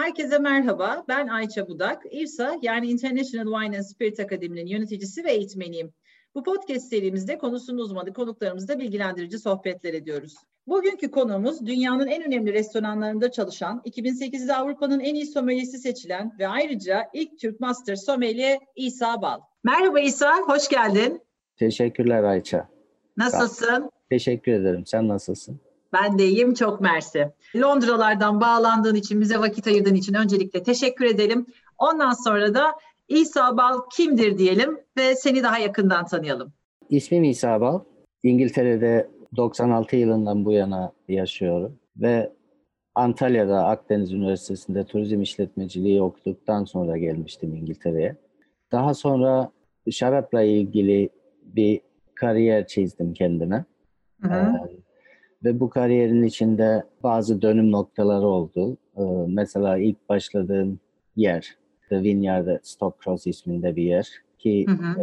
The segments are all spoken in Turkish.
Herkese merhaba, ben Ayça Budak. İRSA yani International Wine and Spirit Akademi'nin yöneticisi ve eğitmeniyim. Bu podcast serimizde konusunun uzmanı konuklarımızla bilgilendirici sohbetler ediyoruz. Bugünkü konuğumuz dünyanın en önemli restoranlarında çalışan, 2008'de Avrupa'nın en iyi sommelieri seçilen ve ayrıca ilk Türk Master Sommelier İsa Bal. Merhaba İsa, hoş geldin. Teşekkürler Ayça. Nasılsın? Teşekkür ederim. Sen nasılsın? Ben de iyiyim, çok mersi. Londralardan bağlandığın için, bize vakit ayırdığın için öncelikle teşekkür edelim. Ondan sonra da İsa Bal kimdir diyelim ve seni daha yakından tanıyalım. İsmim İsa Bal. İngiltere'de 96 yılından bu yana yaşıyorum ve Antalya'da Akdeniz Üniversitesi'nde turizm işletmeciliği okuduktan sonra gelmiştim İngiltere'ye. Daha sonra şarapla ilgili bir kariyer çizdim kendime. Hı hı. Ve bu kariyerin içinde bazı dönüm noktaları oldu. Mesela ilk başladığım yer, The Vineyard at Stockcross isminde bir yer ki Hı hı.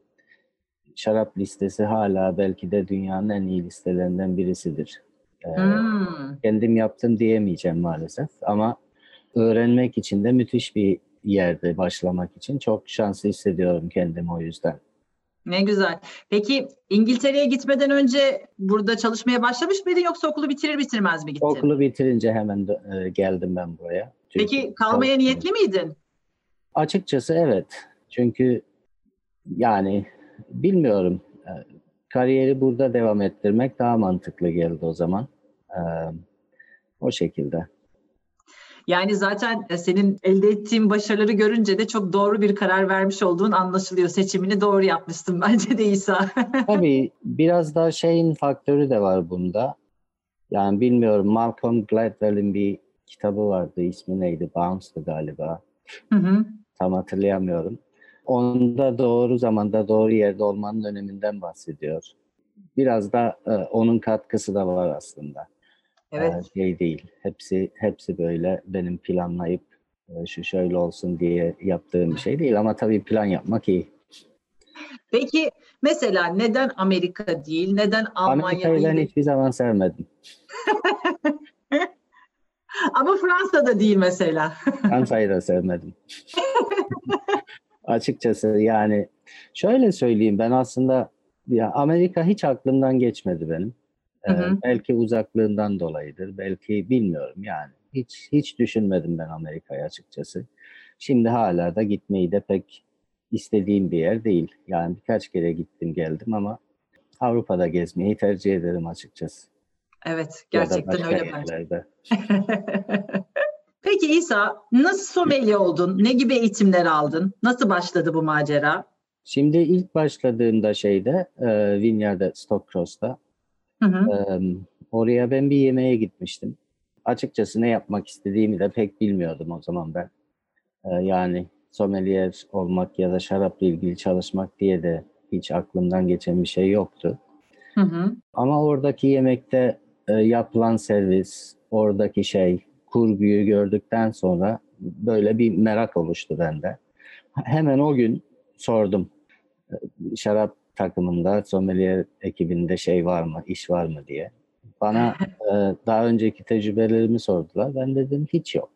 şarap listesi hala belki de dünyanın en iyi listelerinden birisidir. Kendim yaptım diyemeyeceğim maalesef ama öğrenmek için de müthiş bir yerde başlamak için çok şanslı hissediyorum kendimi o yüzden. Ne güzel. Peki İngiltere'ye gitmeden önce burada çalışmaya başlamış mıydın yoksa okulu bitirir bitirmez mi gittin? Okulu bitirince hemen geldim ben buraya. Peki kalmaya niyetli miydin? Açıkçası evet. Çünkü yani bilmiyorum. Kariyeri burada devam ettirmek daha mantıklı geldi o zaman. O şekilde. Yani zaten senin elde ettiğin başarıları görünce de çok doğru bir karar vermiş olduğun anlaşılıyor. Seçimini doğru yapmışsın bence de İsa. Tabii biraz da şeyin faktörü de var bunda. Yani bilmiyorum, Malcolm Gladwell'in bir kitabı vardı. İsmi neydi? Bounce'dı galiba. Hı hı. Tam hatırlayamıyorum. Onda doğru zamanda doğru yerde olmanın öneminden bahsediyor. Biraz da onun katkısı da var aslında. Evet. Şey değil. Hepsi böyle benim planlayıp şu şöyle olsun diye yaptığım bir şey değil ama tabii plan yapmak iyi. Peki mesela neden Amerika değil, neden Almanya Amerika'yı ben değil? hiçbir zaman sevmedim. Ama Fransa'da değil mesela. Fransa'yı da sevmedim. Açıkçası yani şöyle söyleyeyim, ben aslında ya Amerika hiç aklımdan geçmedi benim. Hı hı. Belki uzaklığından dolayıdır, belki bilmiyorum yani. Hiç düşünmedim ben Amerika'yı açıkçası. Şimdi hala da gitmeyi de pek istediğim bir yer değil. Yani birkaç kere gittim geldim ama Avrupa'da gezmeyi tercih ederim açıkçası. Evet, Ya da gerçekten başka öyle bence. yerlerde. Peki İsa, nasıl sommelier oldun? Ne gibi eğitimler aldın? Nasıl başladı bu macera? Şimdi ilk başladığımda Vineyard at Stockcross'ta Hı hı. oraya ben bir yemeğe gitmiştim. Açıkçası ne yapmak istediğimi de pek bilmiyordum o zaman ben. Yani sommelier olmak ya da şarapla ilgili çalışmak diye de hiç aklımdan geçen bir şey yoktu. Hı hı. Ama oradaki yemekte yapılan servis, oradaki kurguyu gördükten sonra böyle bir merak oluştu bende. Hemen o gün sordum. Şarap takımında, sommelier ekibinde var mı, iş var mı diye. Bana daha önceki tecrübelerimi sordular. Ben dedim hiç yok.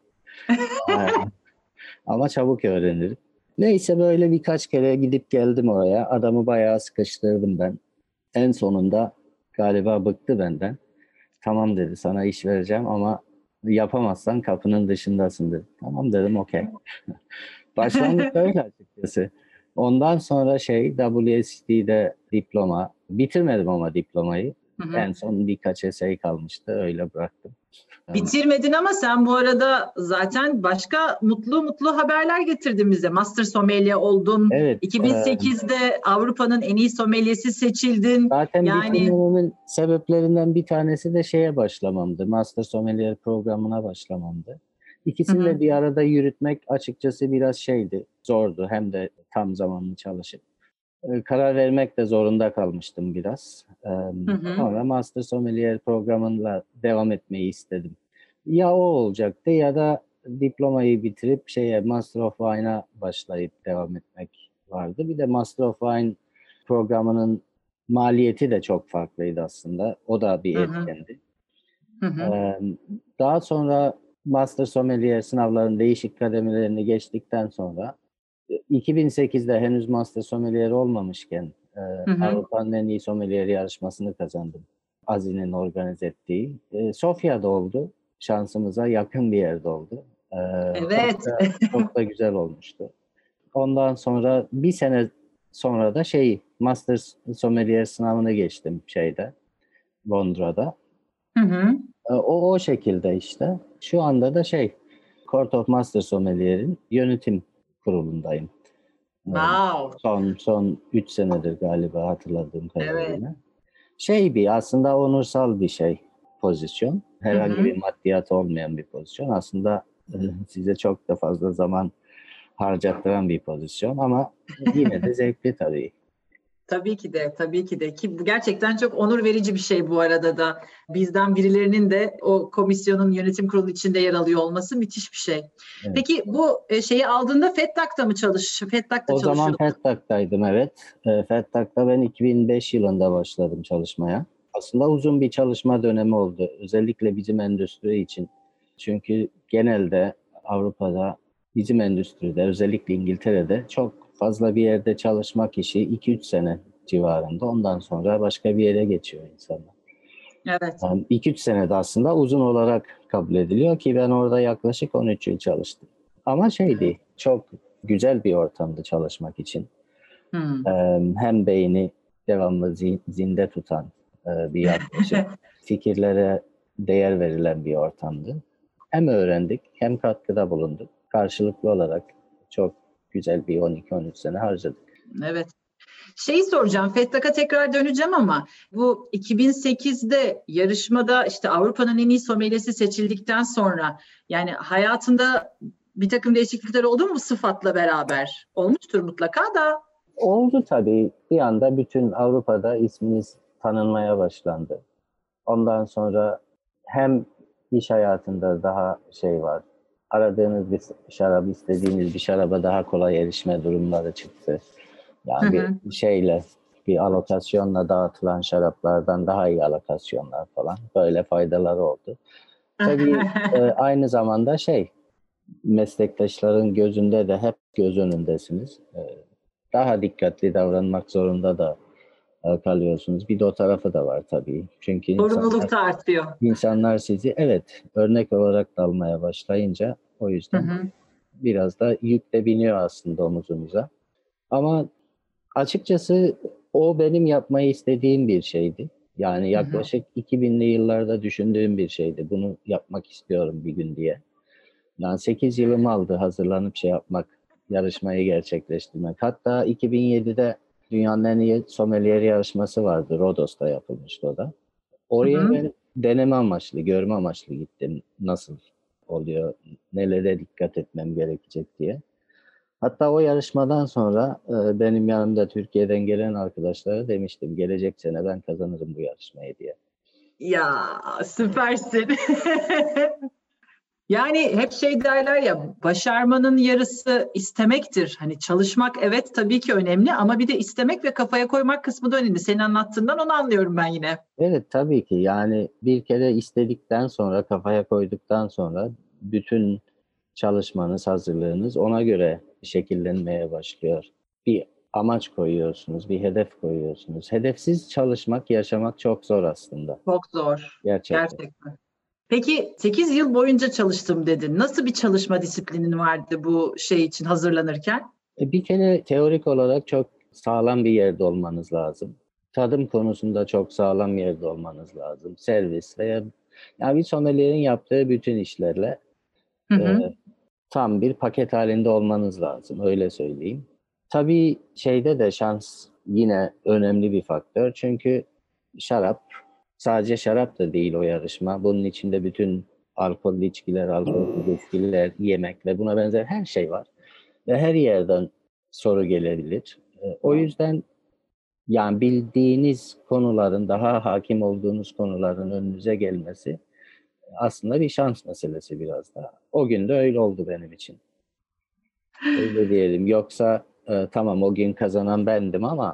Ama çabuk öğrenirim. Neyse böyle birkaç kere gidip geldim oraya. Adamı bayağı sıkıştırdım ben. En sonunda galiba bıktı benden. Tamam dedi, sana iş vereceğim ama yapamazsan kapının dışındasın dedi. Tamam dedim, okey. Başlangıç öyle açıkçası. Ondan sonra WSET'de diploma. Bitirmedim ama diplomayı. Hı hı. En son birkaç essay kalmıştı. Öyle bıraktım. Bitirmedin ama sen bu arada zaten başka mutlu haberler getirdin bize. Master sommelier oldun. Evet. 2008'de Avrupa'nın en iyi sommelier'si seçildin. Zaten Yani bitirmememin sebeplerinden bir tanesi de başlamamdı. Master Sommelier programına başlamamdı. hı İkisini hı. de bir arada yürütmek açıkçası biraz zordu. Hem de tam zamanlı çalışıp. Karar vermek de zorunda kalmıştım biraz. Hı hı. Sonra Master Sommelier programıyla devam etmeyi istedim. Ya o olacaktı ya da diplomayı bitirip Master of Wine'a başlayıp devam etmek vardı. Bir de Master of Wine programının maliyeti de çok farklıydı aslında. O da bir Hı hı. etkendi. Hı hı. Daha sonra Master Sommelier sınavlarının değişik kademelerini geçtikten sonra 2008'de henüz Master Sommelier olmamışken Hı hı. Avrupa'nın en iyi sommelier yarışmasını kazandım. Azi'nin organize ettiği. Sofya'da oldu. Şansımıza yakın bir yerde oldu. E, Evet. çok da güzel olmuştu. Ondan sonra bir sene sonra da Master Sommelier sınavını geçtim Londra'da. Hı hı. O şekilde işte. Şu anda da Court of Master Sommelier'in yönetim kurulundayım. Ee, Wow. son 3 senedir galiba hatırladığım Evet. kadarıyla. Aslında onursal bir pozisyon. Hı Herhangi hı. bir maddiyat olmayan bir pozisyon. Aslında size çok da fazla zaman harcattıran bir pozisyon ama yine de zevkli tabii. Tabii ki de, tabii ki de ki bu gerçekten çok onur verici bir şey bu arada da bizden birilerinin de o komisyonun yönetim kurulu içinde yer alıyor olması müthiş bir şey. Evet. Peki bu şeyi aldığında Fettak'ta O zaman çalışıyordun. Fettak'taydım, evet. Fettak'ta ben 2005 yılında başladım çalışmaya. Aslında uzun bir çalışma dönemi oldu. Özellikle bizim endüstri için. Çünkü genelde Avrupa'da bizim endüstride, özellikle İngiltere'de çok fazla bir yerde çalışmak işi 2-3 sene civarında. Ondan sonra başka bir yere geçiyor insanlar. Evet. Yani 2-3 senede aslında uzun olarak kabul ediliyor ki ben orada yaklaşık 13 yıl çalıştım. Ama Evet. çok güzel bir ortamdı çalışmak için. Hmm. Hem beyni devamlı zinde tutan bir yaklaşım, fikirlere değer verilen bir ortamdı. Hem öğrendik hem katkıda bulunduk. Karşılıklı olarak çok güzel bir 12-13 sene harcadık. Evet. Şeyi soracağım, Fettak'a tekrar döneceğim ama bu 2008'de yarışmada işte Avrupa'nın en iyi sommeliers seçildikten sonra yani hayatında bir takım değişiklikler oldu mu sıfatla beraber? Olmuştur mutlaka da. Oldu tabii. Bir anda bütün Avrupa'da isminiz tanınmaya başlandı. Ondan sonra hem iş hayatında daha var. Aradığınız bir şarap, istediğiniz bir şaraba daha kolay erişme durumları çıktı. Hı Yani hı. bir alokasyonla dağıtılan şaraplardan daha iyi alokasyonlar falan. Böyle faydaları oldu. Tabii aynı zamanda meslektaşların gözünde de hep göz önündesiniz. Daha dikkatli davranmak zorunda da kalıyorsunuz. Bir de o tarafı da var tabii. Çünkü Sorumluluk da artıyor. insanlar sizi örnek olarak da almaya başlayınca o Hı yüzden hı. biraz da yük de biniyor aslında omuzunuza. Ama açıkçası o benim yapmayı istediğim bir şeydi. Yani Hı hı. yaklaşık 2000'li yıllarda düşündüğüm bir şeydi. Bunu yapmak istiyorum bir gün diye. Yani 8 yılım aldı hazırlanıp yarışmayı gerçekleştirmek. Hatta 2007'de dünyanın en iyi sommelier yarışması vardı. Rodos'ta yapılmıştı o da. Hı Oraya hı. ben deneme amaçlı, görme amaçlı gittim. Nasıl oluyor, nelere dikkat etmem gerekecek diye. Hatta o yarışmadan sonra benim yanımda Türkiye'den gelen arkadaşlara demiştim, gelecek sene ben kazanırım bu yarışmayı diye. Ya süpersin. Yani hep şey derler ya, başarmanın yarısı istemektir. Hani çalışmak evet tabii ki önemli ama bir de istemek ve kafaya koymak kısmı da önemli. Senin anlattığından onu anlıyorum ben yine. Evet, tabii ki yani bir kere istedikten sonra, kafaya koyduktan sonra bütün çalışmanız, hazırlığınız ona göre şekillenmeye başlıyor. Bir amaç koyuyorsunuz, bir hedef koyuyorsunuz. Hedefsiz çalışmak, yaşamak çok zor aslında. Çok zor. Gerçekten. Gerçekten. Peki 8 yıl boyunca çalıştım dedin. Nasıl bir çalışma disiplinin vardı bu şey için hazırlanırken? Bir kere teorik olarak çok sağlam bir yerde olmanız lazım. Tadım konusunda çok sağlam yerde olmanız lazım. Servis veya yani bir sommelierin yaptığı bütün işlerle Hı e, hı. tam bir paket halinde olmanız lazım. Öyle söyleyeyim. Tabii de şans yine önemli bir faktör. Çünkü şarap, sadece şarap da değil o yarışma. Bunun içinde bütün alkollü içkiler, alkollü viskiler, yemek ve buna benzer her şey var. Ve her yerden soru gelebilir. O yüzden yani bildiğiniz konuların, daha hakim olduğunuz konuların önünüze gelmesi aslında bir şans meselesi biraz daha. O gün de öyle oldu benim için. Öyle diyelim. Yoksa tamam o gün kazanan bendim ama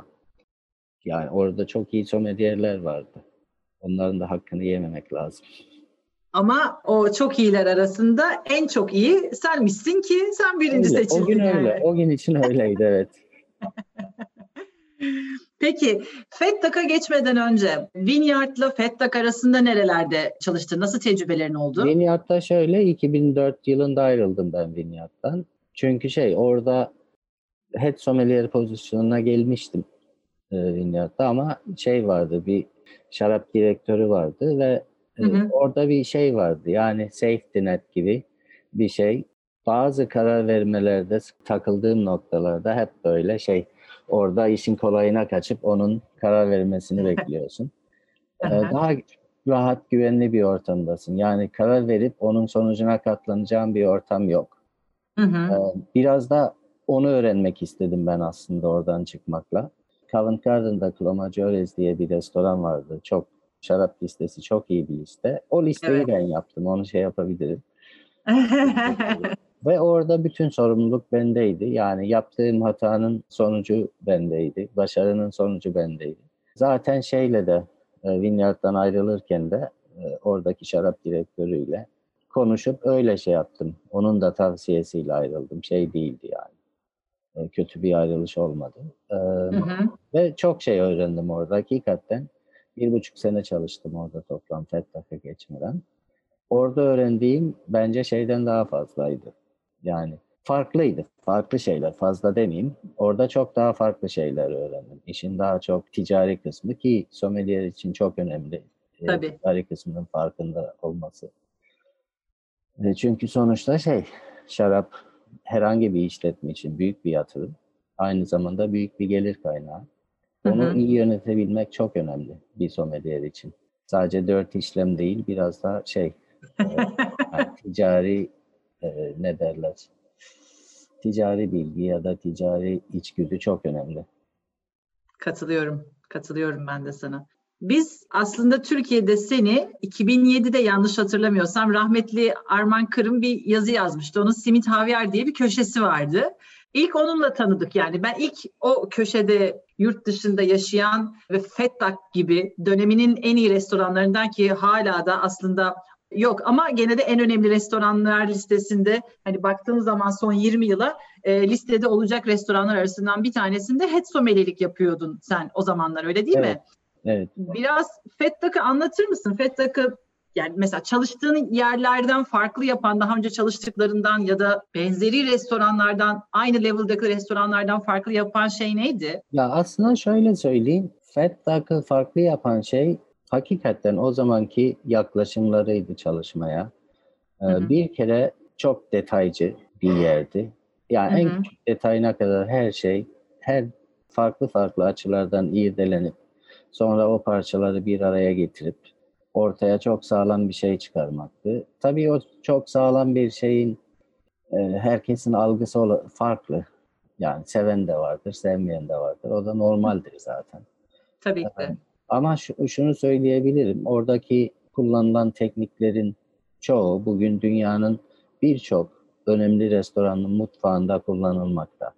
yani orada çok iyi sommelier vardı. Onların da hakkını yememek lazım. Ama o çok iyiler arasında en çok iyi senmişsin ki sen birinci Öyle, seçildin o gün yani. öyle. O gün için öyleydi, evet. Peki Fettac'a geçmeden önce Vineyard'la Fettac arasında nerelerde çalıştın? Nasıl tecrübelerin oldu? Vineyard'da şöyle 2004 yılında ayrıldım ben Vineyard'dan. Çünkü orada head sommelier pozisyonuna gelmiştim Vineyard'da ama vardı, bir şarap direktörü vardı ve Hı hı. orada bir vardı, yani safety net gibi bir şey. Bazı karar vermelerde takıldığım noktalarda hep böyle orada işin kolayına kaçıp onun karar vermesini bekliyorsun. Aha. Daha rahat, güvenli bir ortamdasın. Yani karar verip onun sonucuna katlanacağın bir ortam yok. Hı hı. Biraz da onu öğrenmek istedim ben aslında oradan çıkmakla. Covent Garden'da Clos diye bir restoran vardı. Çok şarap listesi, çok iyi bir liste. O listeyi Evet. ben yaptım. Onu yapabilirim. Ve orada bütün sorumluluk bendeydi. Yani yaptığım hatanın sonucu bendeydi. Başarının sonucu bendeydi. Zaten Vineyard'dan ayrılırken de oradaki şarap direktörüyle konuşup öyle yaptım. Onun da tavsiyesiyle ayrıldım. Değildi yani. Kötü bir ayrılış olmadı. Hı hı. Ve çok öğrendim orada. Hakikaten 1,5 sene çalıştım orada toplam Fettac'a geçmeden. Orada öğrendiğim bence şeyden daha fazlaydı. Yani farklıydı. Farklı şeyler. Fazla demeyeyim. Orada çok daha farklı şeyler öğrendim. İşin daha çok ticari kısmı, ki sommelier için çok önemli. Tabii. Ticari kısmının farkında olması. Çünkü sonuçta şarap herhangi bir işletme için büyük bir yatırım. Aynı zamanda büyük bir gelir kaynağı. Hı Onu hı. iyi yönetebilmek çok önemli bir sommelier için. Sadece 4 işlem değil, biraz da yani ticari ne derler? Ticari bilgi ya da ticari içgüdü çok önemli. Katılıyorum. Katılıyorum ben de sana. Biz aslında Türkiye'de seni 2007'de yanlış hatırlamıyorsam rahmetli Arman Kırım bir yazı yazmıştı. Onun Simit Havyar diye bir köşesi vardı. İlk onunla tanıdık yani. Ben ilk o köşede yurt dışında yaşayan ve Fettach gibi döneminin en iyi restoranlarından, ki hala da aslında yok ama gene de en önemli restoranlar listesinde, hani baktığın zaman son 20 yıla listede olacak restoranlar arasından bir tanesinde head sommelier yapıyordun sen o zamanlar, öyle değil Evet, mi? evet. Biraz Fettach'ı anlatır mısın? Fettach'ı yani mesela çalıştığın yerlerden farklı yapan, daha önce çalıştıklarından ya da benzeri restoranlardan, aynı level'daki restoranlardan farklı yapan şey neydi? Ya aslında şöyle söyleyeyim, Fettach'ı farklı yapan hakikaten o zamanki yaklaşımlarıydı çalışmaya. Hı hı. Bir kere çok detaycı bir yerdi. Hı Yani en hı. küçük detayına kadar her farklı farklı açılardan irdelenip sonra o parçaları bir araya getirip ortaya çok sağlam bir şey çıkarmaktı. Tabii o çok sağlam bir şeyin herkesin algısı farklı. Yani seven de vardır, sevmeyen de vardır. O da normaldir zaten. Tabii ki de. Ama şunu söyleyebilirim. Oradaki kullanılan tekniklerin çoğu bugün dünyanın birçok önemli restoranın mutfağında kullanılmakta.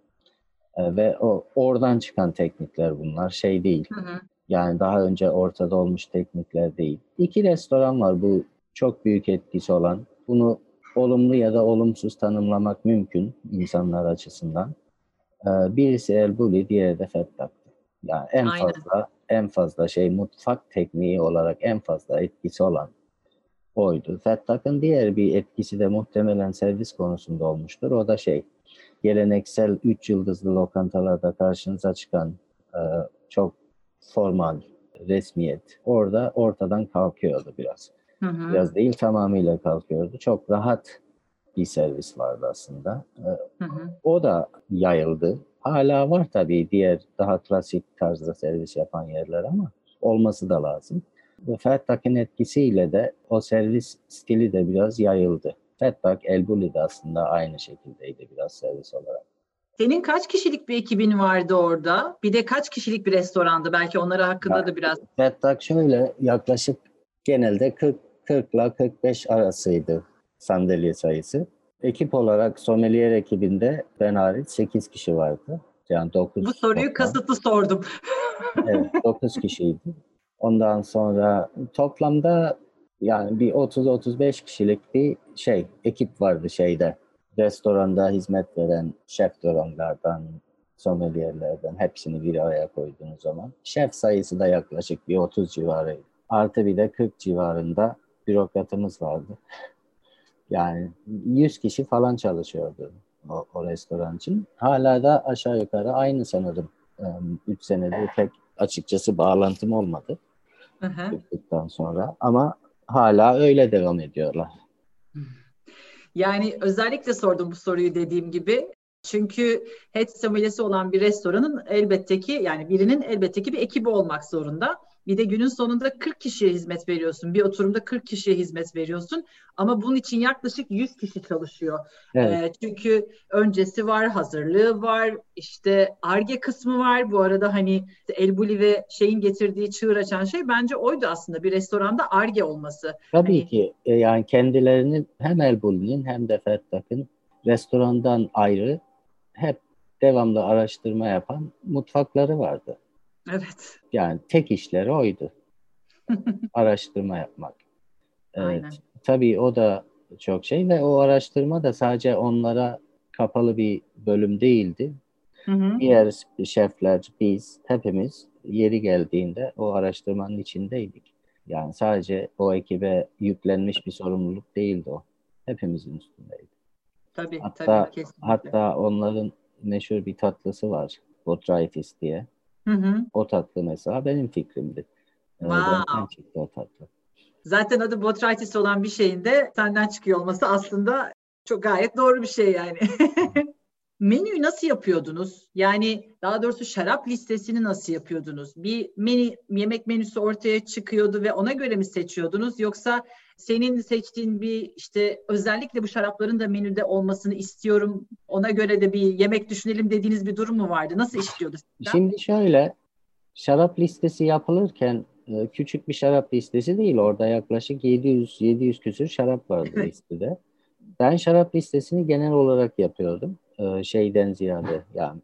Ve oradan çıkan teknikler bunlar. Değil. Hı hı. Yani daha önce ortada olmuş teknikler değil. 2 restoran var bu çok büyük etkisi olan. Bunu olumlu ya da olumsuz tanımlamak mümkün insanlar açısından. Birisi El Bulli, diğeri de Fettach. Yani Aynen. en fazla mutfak tekniği olarak en fazla etkisi olan oydu. Fettach'ın diğer bir etkisi de muhtemelen servis konusunda olmuştur. O da geleneksel 3 yıldızlı lokantalarda karşınıza çıkan çok formal resmiyet orada ortadan kalkıyordu biraz. Hı hı. Biraz değil, tamamıyla kalkıyordu. Çok rahat bir servis vardı aslında. Hı hı. O da yayıldı. Hala var tabii diğer daha klasik tarzda servis yapan yerler ama olması da lazım. Ve Fettach'ın etkisiyle de o servis stili de biraz yayıldı. Fettach, El Bulli de aslında aynı şekildeydi biraz servis olarak. Senin kaç kişilik bir ekibin vardı orada? Bir de kaç kişilik bir restorandı? Belki onları hakkında da biraz. Fettach yaklaşık genelde 40 ile 45 arasıydı sandalye sayısı. Ekip olarak sommelier ekibinde ben hariç 8 kişi vardı. Yani Bu 9 soruyu toplam. kasıtlı sordum. Evet, 9 kişiydi. Ondan sonra toplamda Yani bir 30-35 kişilik bir ekip vardı şeyde. Restoranda hizmet veren şeflerden, sommelierlerden hepsini bir araya koyduğunuz zaman. Şef sayısı da yaklaşık bir 30 civarıydı. Artı bir de 40 civarında bürokratımız vardı. Yani 100 kişi falan çalışıyordu o restoran için. Hala da aşağı yukarı aynı sanırım. 3 senedir pek açıkçası bağlantım olmadı Hı hı. çıktıktan sonra. Ama hala öyle devam ediyorlar. Yani özellikle sordum bu soruyu dediğim gibi. Çünkü head sommelier olan bir restoranın elbette ki yani birinin elbette ki bir ekibi olmak zorunda. Bir de günün sonunda 40 kişiye hizmet veriyorsun. Bir oturumda 40 kişiye hizmet veriyorsun. Ama bunun için yaklaşık 100 kişi çalışıyor. Evet. Çünkü öncesi var, hazırlığı var, işte Ar-Ge kısmı var. Bu arada hani El Bulli ve şeyin getirdiği çığır açan şey bence oydu aslında. Bir restoranda Ar-Ge olması. Tabii Hani ki yani kendilerinin hem El Bulli'nin hem de Fettah'ın restorandan ayrı hep devamlı araştırma yapan mutfakları vardı. evet. Yani tek işleri oydu. Araştırma yapmak. Aynen. Tabii o da çok şey ve o araştırma da sadece onlara kapalı bir bölüm değildi. Hı hı. Diğer şefler, biz hepimiz yeri geldiğinde o araştırmanın içindeydik. Yani sadece o ekibe yüklenmiş bir sorumluluk değildi o. Hepimizin üstündeydi. Tabii, tabii, Hatta kesinlikle. hatta onların meşhur bir tatlısı var. Botrytis diye. Hı hı. O tatlı mesela benim fikrimdi. Benden Wow. çıktı o tatlı. Zaten adı botrytis olan bir şeyin de senden çıkıyor olması aslında çok gayet doğru bir şey yani. Menüyü nasıl yapıyordunuz? Yani daha doğrusu şarap listesini nasıl yapıyordunuz? Bir yemek menüsü ortaya çıkıyordu ve ona göre mi seçiyordunuz? Yoksa senin seçtiğin bir işte özellikle bu şarapların da menüde olmasını istiyorum, ona göre de bir yemek düşünelim dediğiniz bir durum mu vardı? Nasıl işliyordu sistem? Şimdi şöyle, şarap listesi yapılırken küçük bir şarap listesi değil. Orada yaklaşık 700 küsür şarap vardı listede. Ben şarap listesini genel olarak yapıyordum. Şeyden ziyade yani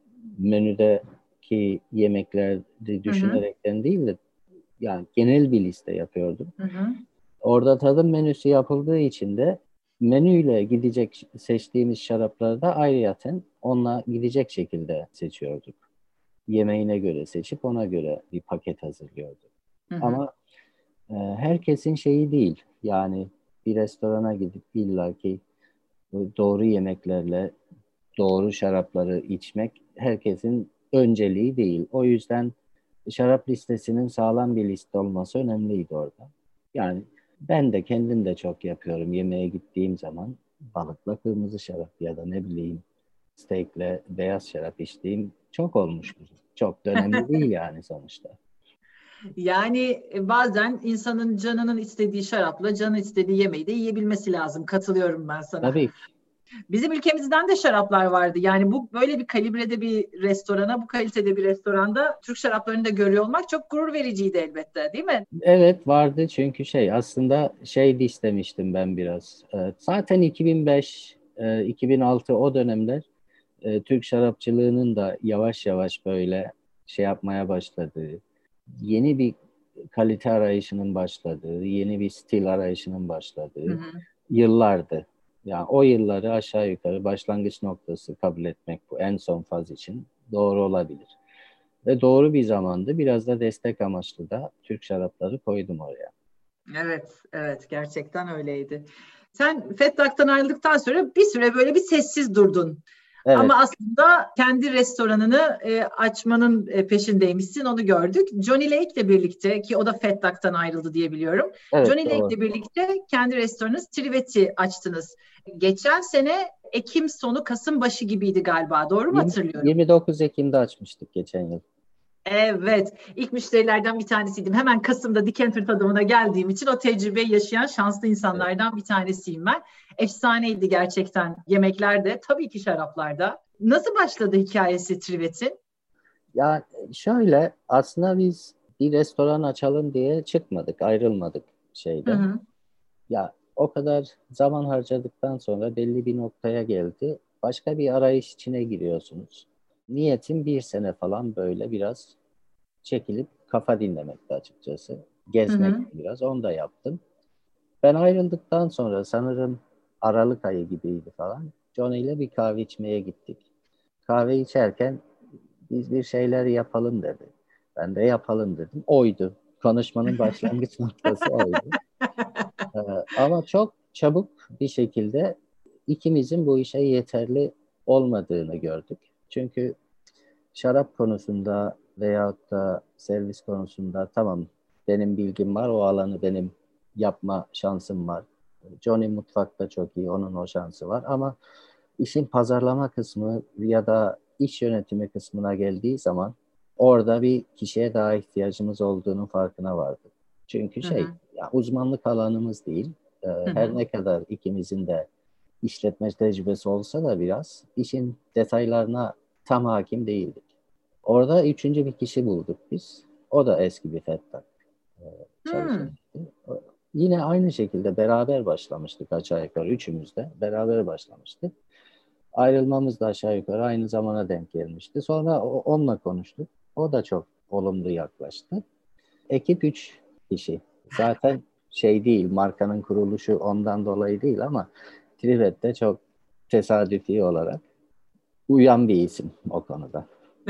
menüdeki yemekleri Hı hı, düşünerekten değil de yani genel bir liste yapıyordum. hı hı, Orada tadım menüsü yapıldığı için de menüyle gidecek seçtiğimiz şarapları da ayrıyaten onunla gidecek şekilde seçiyorduk. Yemeğine göre seçip ona göre bir paket hazırlıyorduk. hı hı. Ama herkesin şeyi değil. Yani bir restorana gidip illaki doğru yemeklerle doğru şarapları içmek herkesin önceliği değil. O yüzden şarap listesinin sağlam bir liste olması önemliydi orada. Yani ben de kendim de çok yapıyorum. Yemeğe gittiğim zaman balıkla kırmızı şarap ya da ne bileyim steakle beyaz şarap içtiğim çok olmuştur. Çok da önemli değil yani sonuçta. Yani bazen insanın canının istediği şarapla canı istediği yemeği de yiyebilmesi lazım. Katılıyorum ben sana. Tabii ki. Bizim ülkemizden de şaraplar vardı. Yani bu böyle bir kalibrede bir restorana, bu kalitede bir restoranda Türk şaraplarını da görüyor olmak çok gurur vericiydi elbette, değil mi? Evet vardı çünkü aslında de istemiştim ben biraz. Zaten 2005, 2006 o dönemler Türk şarapçılığının da yavaş yavaş böyle yapmaya başladığı, yeni bir kalite arayışının başladığı, yeni bir stil arayışının Hı başladığı hı. yıllardı. Yani o yılları aşağı yukarı başlangıç noktası kabul etmek bu en son faz için doğru olabilir. Ve doğru bir zamandı. Biraz da destek amaçlı da Türk şarapları koydum oraya. Evet, evet gerçekten öyleydi. Sen Fettah'tan ayrıldıktan sonra bir süre böyle bir sessiz durdun. Evet, Ama aslında kendi restoranını açmanın peşindeymişsin, onu gördük. Johnny Lake'le birlikte ki o da Fettah'tan ayrıldı diye biliyorum. evet Johnny doğru. Lake'le birlikte kendi restoranınız Triveti açtınız. Geçen sene Ekim sonu Kasım başı gibiydi galiba. Doğru mu 20, hatırlıyorum? 29 Ekim'de açmıştık geçen yıl. Evet, ilk müşterilerden bir tanesiydim. Hemen Kasım'da Decanter tadımına geldiğim için o tecrübeyi yaşayan şanslı Evet. insanlardan bir tanesiyim ben. Efsaneydi gerçekten yemekler de, tabii ki şaraplar da. Nasıl başladı hikayesi Trivet'in? Ya şöyle aslında biz bir restoran açalım diye çıkmadık, ayrılmadık Hı şeyden. hı, Ya o kadar zaman harcadıktan sonra belli bir noktaya geldi. Başka bir arayış içine giriyorsunuz. Niyetim bir sene falan böyle biraz çekilip kafa dinlemekti açıkçası. hı hı. Gezmekti biraz, onu da yaptım. Ben ayrıldıktan sonra sanırım Aralık ayı gibiydi falan. Johnny ile bir kahve içmeye gittik. Kahve içerken biz bir şeyler yapalım dedi. Ben de yapalım dedim. Oydu. Konuşmanın başlangıç noktası oydu. Ee, Ama çok çabuk bir şekilde ikimizin bu işe yeterli olmadığını gördük. Çünkü şarap konusunda veyahut da servis konusunda tamam benim bilgim var, o alanı benim yapma şansım var. Johnny mutfakta çok iyi, onun o şansı var ama işin pazarlama kısmı ya da iş yönetimi kısmına geldiği zaman orada bir kişiye daha ihtiyacımız olduğunun farkına vardık. Çünkü Hı hı, ya uzmanlık alanımız değil. hı Her hı. ne kadar ikimizin de işletme tecrübesi olsa da biraz işin detaylarına tam hakim değildik. Orada üçüncü bir kişi bulduk biz. O da eski bir FET'ten çalışan. Hmm. Yine aynı şekilde beraber başlamıştık aşağı yukarı. Üçümüz de beraber başlamıştık. Ayrılmamız da aşağı yukarı aynı zamana denk gelmişti. Sonra onunla konuştuk. O da çok olumlu yaklaştı. Ekip 3 kişi. Zaten değil, markanın kuruluşu ondan dolayı değil ama Trivet de çok tesadüfi olarak uyan bir isim o konuda.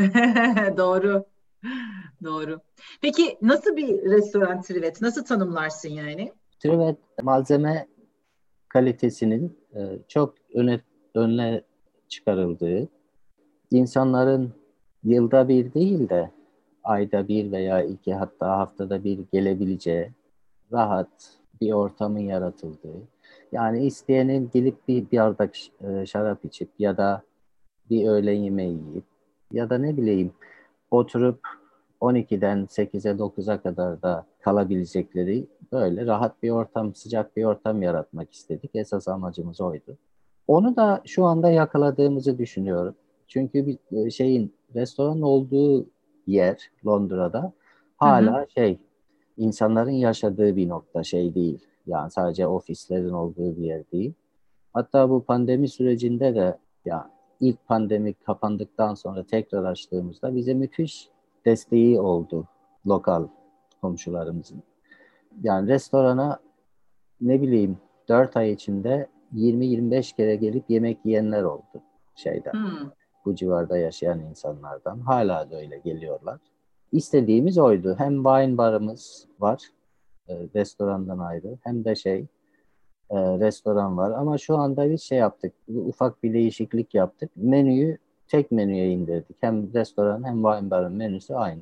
Doğru. Doğru. Peki nasıl bir restoran Trivet? Nasıl tanımlarsın yani? Trivet malzeme kalitesinin çok önüne çıkarıldığı, insanların yılda bir değil de ayda bir veya iki hatta haftada bir gelebileceği rahat bir ortamın yaratıldığı, yani isteyenin gelip bir bardak şarap içip ya da bir öğlen yemeği yiyip ya da ne bileyim oturup 12'den 8'e 9'a kadar da kalabilecekleri böyle rahat bir ortam, sıcak bir ortam yaratmak istedik. Esas amacımız oydu. Onu da şu anda yakaladığımızı düşünüyorum. Çünkü bir restoran olduğu yer Londra'da Hı hı. hala insanların yaşadığı bir nokta değil. Yani sadece ofislerin olduğu bir yer değil. Hatta bu pandemi sürecinde de ya ilk pandemi kapandıktan sonra tekrar açtığımızda bize müthiş desteği oldu lokal komşularımızın. Yani restorana ne bileyim 4 ay içinde 20-25 kere gelip yemek yiyenler oldu şeyden. Hmm. Bu civarda yaşayan insanlardan. Hala da öyle geliyorlar. İstediğimiz oydu. Hem wine barımız var, restorandan ayrı, hem de restoran var. Ama şu anda biz yaptık. Ufak bir değişiklik yaptık. Menüyü tek menüye indirdik. Hem restoran hem wine barın menüsü aynı.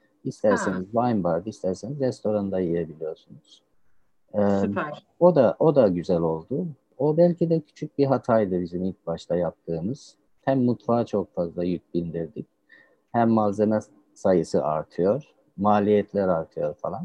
Ha, İsterseniz wine barda, isterseniz restoranda yiyebiliyorsunuz. Ee, süper. o da güzel oldu. O belki de küçük bir hataydı bizim ilk başta yaptığımız. Hem mutfağa çok fazla yük bindirdik. Hem malzeme sayısı artıyor, maliyetler artıyor falan.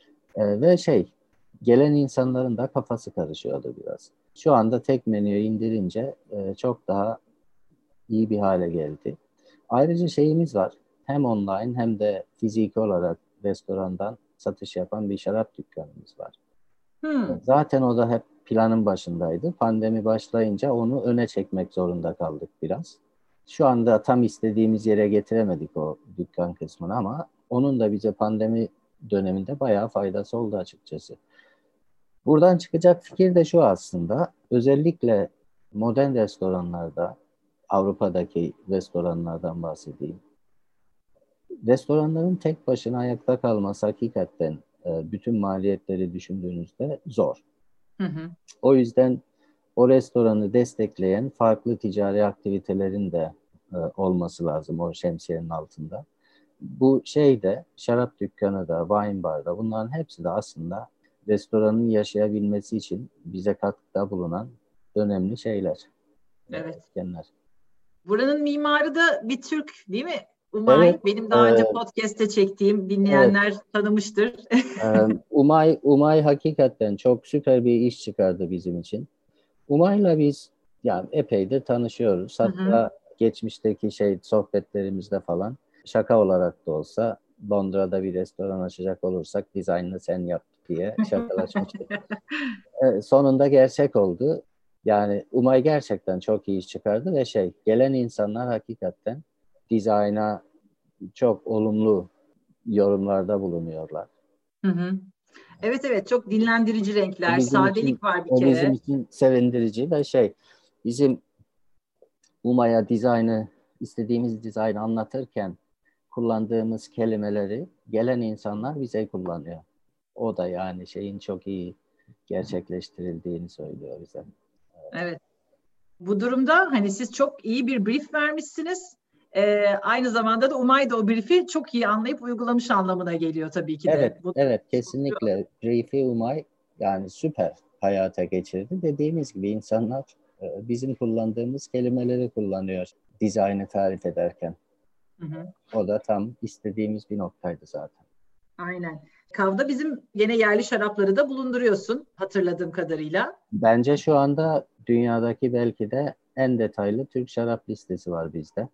Ve gelen insanların da kafası karışıyordu biraz. Şu anda tek menüye indirince çok daha iyi bir hale geldi. Ayrıca var. Hem online hem de fiziki olarak restorandan satış yapan bir şarap dükkanımız var. Hmm. Zaten o da hep planın başındaydı. Pandemi başlayınca onu öne çekmek zorunda kaldık biraz. Şu anda tam istediğimiz yere getiremedik o dükkan kısmını ama onun da bize pandemi döneminde bayağı faydası oldu açıkçası. Buradan çıkacak fikir de şu aslında. Özellikle modern restoranlarda, Avrupa'daki restoranlardan bahsedeyim. Restoranların tek başına ayakta kalması hakikaten bütün maliyetleri düşündüğünüzde zor. Hı hı. O yüzden o restoranı destekleyen farklı ticari aktivitelerin de olması lazım o şemsiyenin altında. Bu de şarap dükkanı da, wine barda bunların hepsi de aslında restoranın yaşayabilmesi için bize katkıda bulunan önemli Evet. etkenler. Buranın mimarı da bir Türk değil mi? Evet, Umay. Benim e, daha önce podcast'te çektiğim evet. dinleyenler tanımıştır. E, Umay hakikaten çok süper bir iş çıkardı bizim için. Umay'la biz yani epeydir tanışıyoruz. Hı hı. Hatta geçmişteki sohbetlerimizde falan şaka olarak da olsa Londra'da bir restoran açacak olursak dizaynını sen yap diye şakalaşmıştık. Sonunda gerçek oldu. Yani Umay gerçekten çok iyi iş çıkardı ve gelen insanlar hakikaten dizayna çok olumlu yorumlarda bulunuyorlar. Hı hı. Evet evet, çok dinlendirici renkler, O bizim için, sadelik var bir o bizim kere. için sevindirici ve bizim Umaya dizaynı, istediğimiz dizaynı anlatırken kullandığımız kelimeleri gelen insanlar bize kullanıyor. O da yani şeyin çok iyi gerçekleştirildiğini söylüyor bize. Evet. Bu durumda hani siz çok iyi bir brief vermişsiniz. Aynı zamanda da Umay da o brief'i çok iyi anlayıp uygulamış anlamına geliyor tabii ki de. Evet, evet kesinlikle. Brief'i Umay yani süper hayata geçirdi. Dediğimiz gibi insanlar bizim kullandığımız kelimeleri kullanıyor dizaynı tarif ederken. Hı hı. O da tam istediğimiz bir noktaydı zaten. Aynen. Kav'da bizim yine yerli şarapları da bulunduruyorsun hatırladığım kadarıyla. Bence şu anda dünyadaki belki de en detaylı Türk şarap listesi var bizde.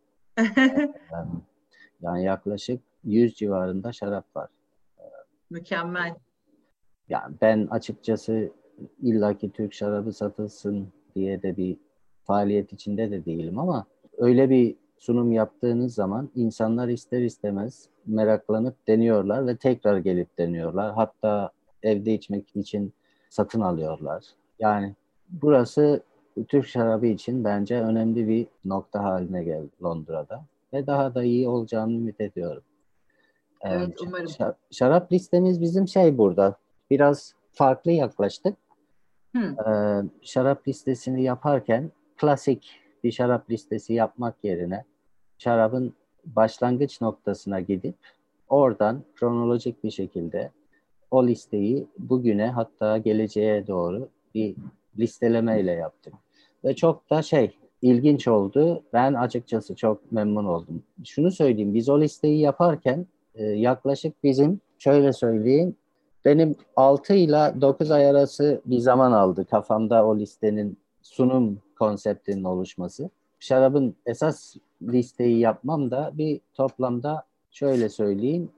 Yani yaklaşık 100 civarında şarap var. Mükemmel. Yani ben açıkçası illaki Türk şarabı satılsın diye de bir faaliyet içinde de değilim ama öyle bir sunum yaptığınız zaman insanlar ister istemez meraklanıp deniyorlar ve tekrar gelip deniyorlar. Hatta evde içmek için satın alıyorlar. Yani burası Türk şarabı için bence önemli bir nokta haline geldi Londra'da ve daha da iyi olacağını ümit ediyorum. Evet, umarım. Şarap listemiz bizim burada. Biraz farklı yaklaştık. Hı. Şarap listesini yaparken klasik bir şarap listesi yapmak yerine şarabın başlangıç noktasına gidip oradan kronolojik bir şekilde o listeyi bugüne hatta geleceğe doğru bir listelemeyle yaptık. Ve çok da ilginç oldu. Ben açıkçası çok memnun oldum. Şunu söyleyeyim, biz o listeyi yaparken yaklaşık bizim şöyle söyleyeyim, benim 6 ile 9 ay arası bir zaman aldı kafamda o listenin sunum konseptinin oluşması. Şarabın esas listeyi yapmam da bir toplamda şöyle söyleyeyim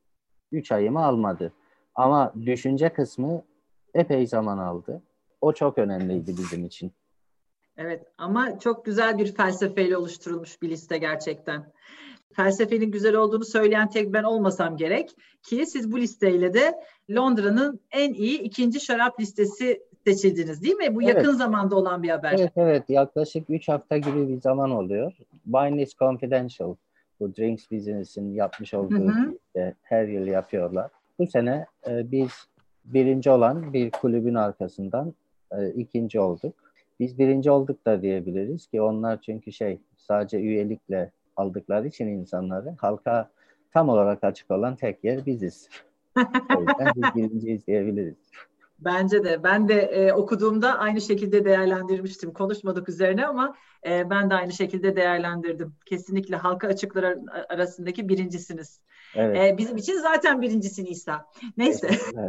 3 ayımı almadı. Ama düşünce kısmı epey zaman aldı. O çok önemliydi bizim için. Evet, ama çok güzel bir felsefeyle oluşturulmuş bir liste gerçekten. Felsefenin güzel olduğunu söyleyen tek ben olmasam gerek ki siz bu listeyle de Londra'nın en iyi ikinci şarap listesi seçildiniz, değil mi? Bu Evet, yakın zamanda olan bir haber. evet. Yaklaşık 3 hafta gibi bir zaman oluyor. Wine is Confidential. Bu Drinks Business'in yapmış Hı olduğu bir hı. liste. Her yıl yapıyorlar. Bu sene biz birinci olan bir kulübün arkasından ikinci olduk. Biz birinci olduk da diyebiliriz ki onlar çünkü sadece üyelikle aldıkları için insanları halka tam olarak açık olan tek yer biziz. O yüzden biz birinciyiz diyebiliriz. Bence de. Ben de okuduğumda aynı şekilde değerlendirmiştim. Konuşmadık üzerine ama ben de aynı şekilde değerlendirdim. Kesinlikle halka açıklar arasındaki birincisiniz. Evet, Bizim için zaten birincisin İsa. Neyse. teşekkürler.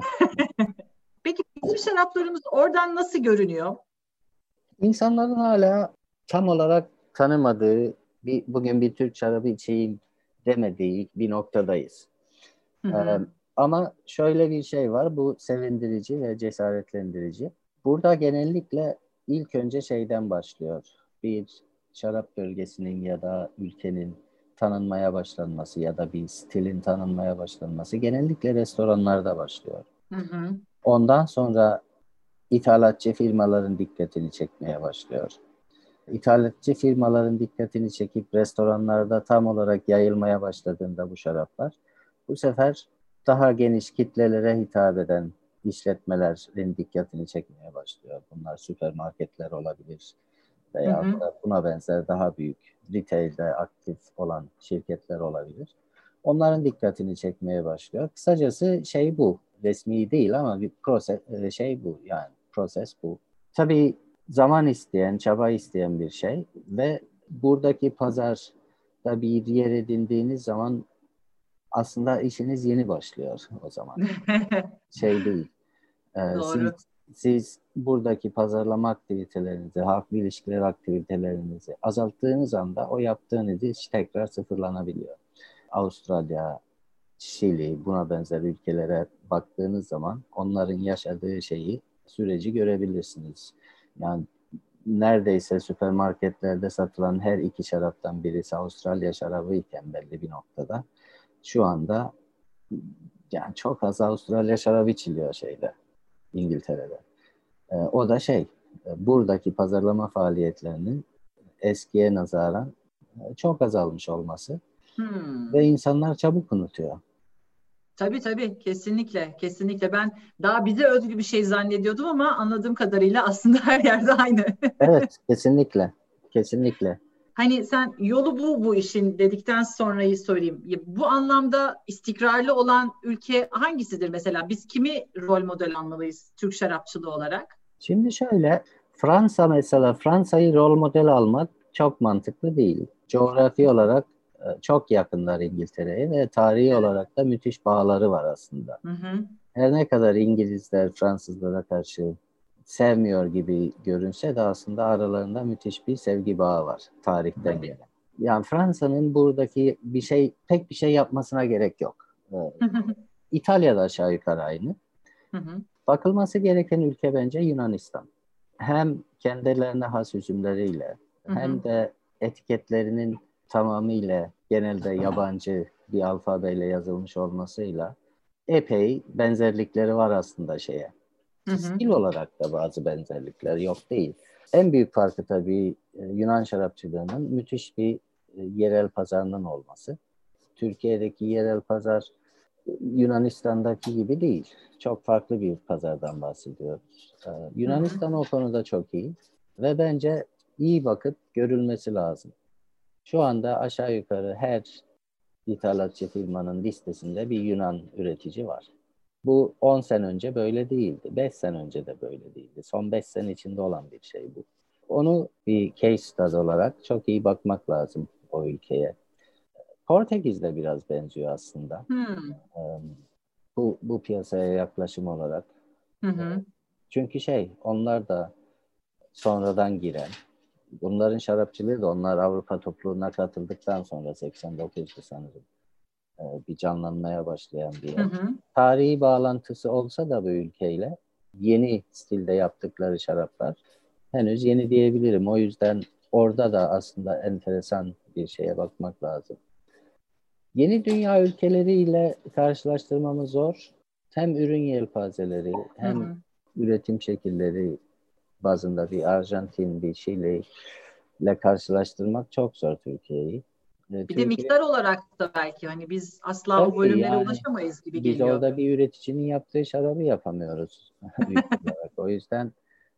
Peki bizim şaraplarımız oradan nasıl görünüyor? İnsanların hala tam olarak tanımadığı, bugün bir Türk şarabı içeyim demediği bir noktadayız. Hı Ee, hı. ama şöyle bir şey var, bu sevindirici ve cesaretlendirici. Burada genellikle ilk önce şeyden başlıyor. Bir şarap bölgesinin ya da ülkenin tanınmaya başlanması ya da bir stilin tanınmaya başlanması genellikle restoranlarda başlıyor. Hı hı. Ondan sonra ithalatçı firmaların dikkatini çekmeye başlıyor. İthalatçı firmaların dikkatini çekip restoranlarda tam olarak yayılmaya başladığında bu şaraplar, bu sefer daha geniş kitlelere hitap eden işletmelerin dikkatini çekmeye başlıyor. Bunlar süpermarketler olabilir Hı veya hı. buna benzer daha büyük retail'de aktif olan şirketler olabilir. Onların dikkatini çekmeye başlıyor. Kısacası bu. Resmi değil ama bir proses bu yani proses bu. Tabii zaman isteyen, çaba isteyen bir şey ve buradaki pazarda bir yer edindiğiniz zaman aslında işiniz yeni başlıyor o zaman. Değil. Siz Doğru. buradaki pazarlama aktivitelerinizi, halkla ilişkiler aktivitelerinizi azalttığınız anda o yaptığınız iş tekrar sıfırlanabiliyor. Avustralya, Şili, buna benzer ülkelere baktığınız zaman onların yaşadığı süreci görebilirsiniz. Yani neredeyse süpermarketlerde satılan her iki şaraptan birisi Avustralya şarabı iken belli bir noktada şu anda Yani çok az Avustralya şarabı içiliyor şeyde, İngiltere'de. O da buradaki pazarlama faaliyetlerinin eskiye nazaran çok azalmış olması ve Hmm. insanlar çabuk unutuyor. Tabii kesinlikle kesinlikle ben daha bize özgü bir şey zannediyordum ama anladığım kadarıyla aslında her yerde aynı. Evet, kesinlikle. Kesinlikle. Hani sen yolu bu işin dedikten sonrayı sorayım. Bu anlamda istikrarlı olan ülke hangisidir mesela? Biz kimi rol model almalıyız Türk şarapçılığı olarak? Şimdi Fransa mesela, Fransa'yı rol model almak çok mantıklı değil. Coğrafi olarak çok yakınlar İngiltere'ye ve tarihi Evet. olarak da müthiş bağları var aslında. Hı hı. Her ne kadar İngilizler Fransızlara karşı sevmiyor gibi görünse de aslında aralarında müthiş bir sevgi bağı var tarihten Tabii. gelen. Yani Fransa'nın buradaki pek bir şey yapmasına gerek yok. İtalya'da aşağı yukarı aynı. Hı hı. Bakılması gereken ülke bence Yunanistan. Hem kendilerine has üzümleriyle Hı hı. hem de etiketlerinin tamamıyla genelde yabancı bir alfabeyle yazılmış olmasıyla epey benzerlikleri var aslında şeye. Hı hı. Stil olarak da bazı benzerlikler yok değil. En büyük farkı tabii Yunan şarapçılığının müthiş bir yerel pazarının olması. Türkiye'deki yerel pazar Yunanistan'daki gibi değil. Çok farklı bir pazardan bahsediyoruz. Hı hı. Yunanistan o konuda çok iyi ve bence iyi bakıp görülmesi lazım. Şu anda aşağı yukarı her ithalatçı firmanın listesinde bir Yunan üretici var. Bu 10 sene önce böyle değildi. 5 sene önce de böyle değildi. Son 5 sene içinde olan bir şey bu. Onu bir case study olarak çok iyi bakmak lazım o ülkeye. Portekiz'de biraz benziyor aslında. Hı Ee, bu piyasaya yaklaşım olarak. hı. Hı. Çünkü onlar da sonradan giren, bunların şarapçılığı da onlar Avrupa topluluğuna katıldıktan sonra 89'da sanırım bir canlanmaya başlayan bir Hı yer. hı. Tarihi bağlantısı olsa da bu ülkeyle yeni stilde yaptıkları şaraplar henüz yeni diyebilirim. O yüzden orada da aslında enteresan bir şeye bakmak lazım. Yeni dünya ülkeleriyle karşılaştırmamız zor. Hem ürün yelpazeleri Hı hem hı. üretim şekilleri bazında bir Arjantin, bir Şili ile karşılaştırmak çok zor Türkiye'yi. Bir de Türkiye miktar olarak da belki hani biz asla o tabii volümlere yani ulaşamayız gibi biz geliyor. orada bir üreticinin yaptığı şarabı yapamıyoruz ülke olarak. O yüzden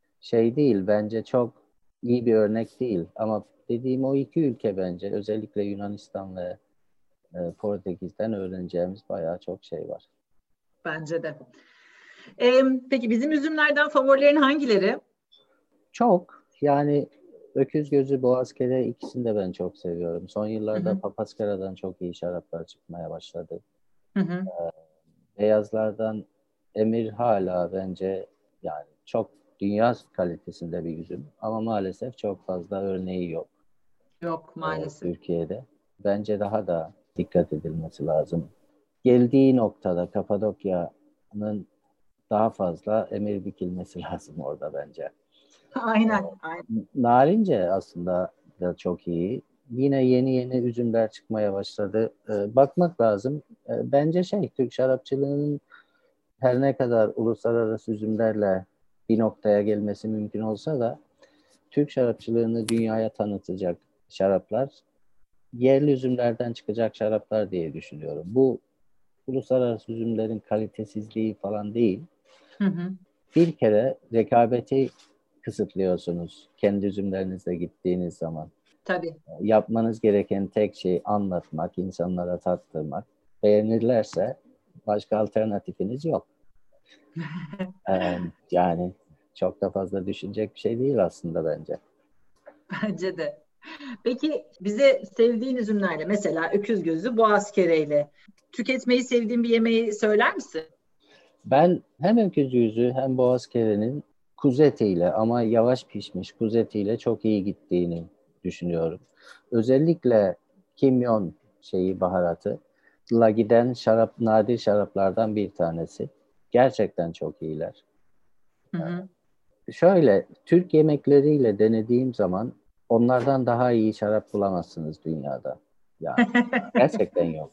değil bence çok iyi bir örnek değil. Ama dediğim o iki ülke bence özellikle Yunanistan ve Portekiz'den öğreneceğimiz bayağı çok şey var. Bence de. Peki bizim üzümlerden favorilerin hangileri? Çok yani öküz gözü, boğazkere ikisini de ben çok seviyorum. Son Hı yıllarda hı. papazkaradan çok iyi şaraplar çıkmaya başladı. Hı hı. Beyazlardan Emir hala bence yani çok dünya kalitesinde bir üzüm ama maalesef çok fazla örneği yok Yok maalesef. Türkiye'de. Bence daha da dikkat edilmesi lazım. Geldiği noktada Kapadokya'nın daha fazla emir dikilmesi lazım orada bence. Aynen. Aynen. Narince aslında da çok iyi. Yine yeni üzümler çıkmaya başladı. Bakmak lazım. Bence Türk şarapçılığının her ne kadar uluslararası üzümlerle bir noktaya gelmesi mümkün olsa da Türk şarapçılığını dünyaya tanıtacak şaraplar yerli üzümlerden çıkacak şaraplar diye düşünüyorum. Bu uluslararası üzümlerin kalitesizliği falan değil. Hı hı. Bir kere rekabeti kısıtlıyorsunuz kendi üzümlerinizle gittiğiniz zaman. Tabii. Yapmanız gereken tek şey anlatmak, insanlara tattırmak. Beğenirlerse başka alternatifiniz yok. Yani çok da fazla düşünecek bir şey değil aslında bence. Bence de. Peki bize sevdiğin üzümlerle mesela öküz gözü, boğaz kereyle tüketmeyi sevdiğin bir yemeği söyler misin? Ben hem öküz yüzü hem boğaz kerenin kuzu etiyle ama yavaş pişmiş kuzu etiyle çok iyi gittiğini düşünüyorum. Özellikle kimyon baharatla giden nadir şaraplardan bir tanesi. Gerçekten çok iyiler. Hı hı. Türk yemekleriyle denediğim zaman onlardan daha iyi şarap bulamazsınız dünyada. Yani gerçekten yok.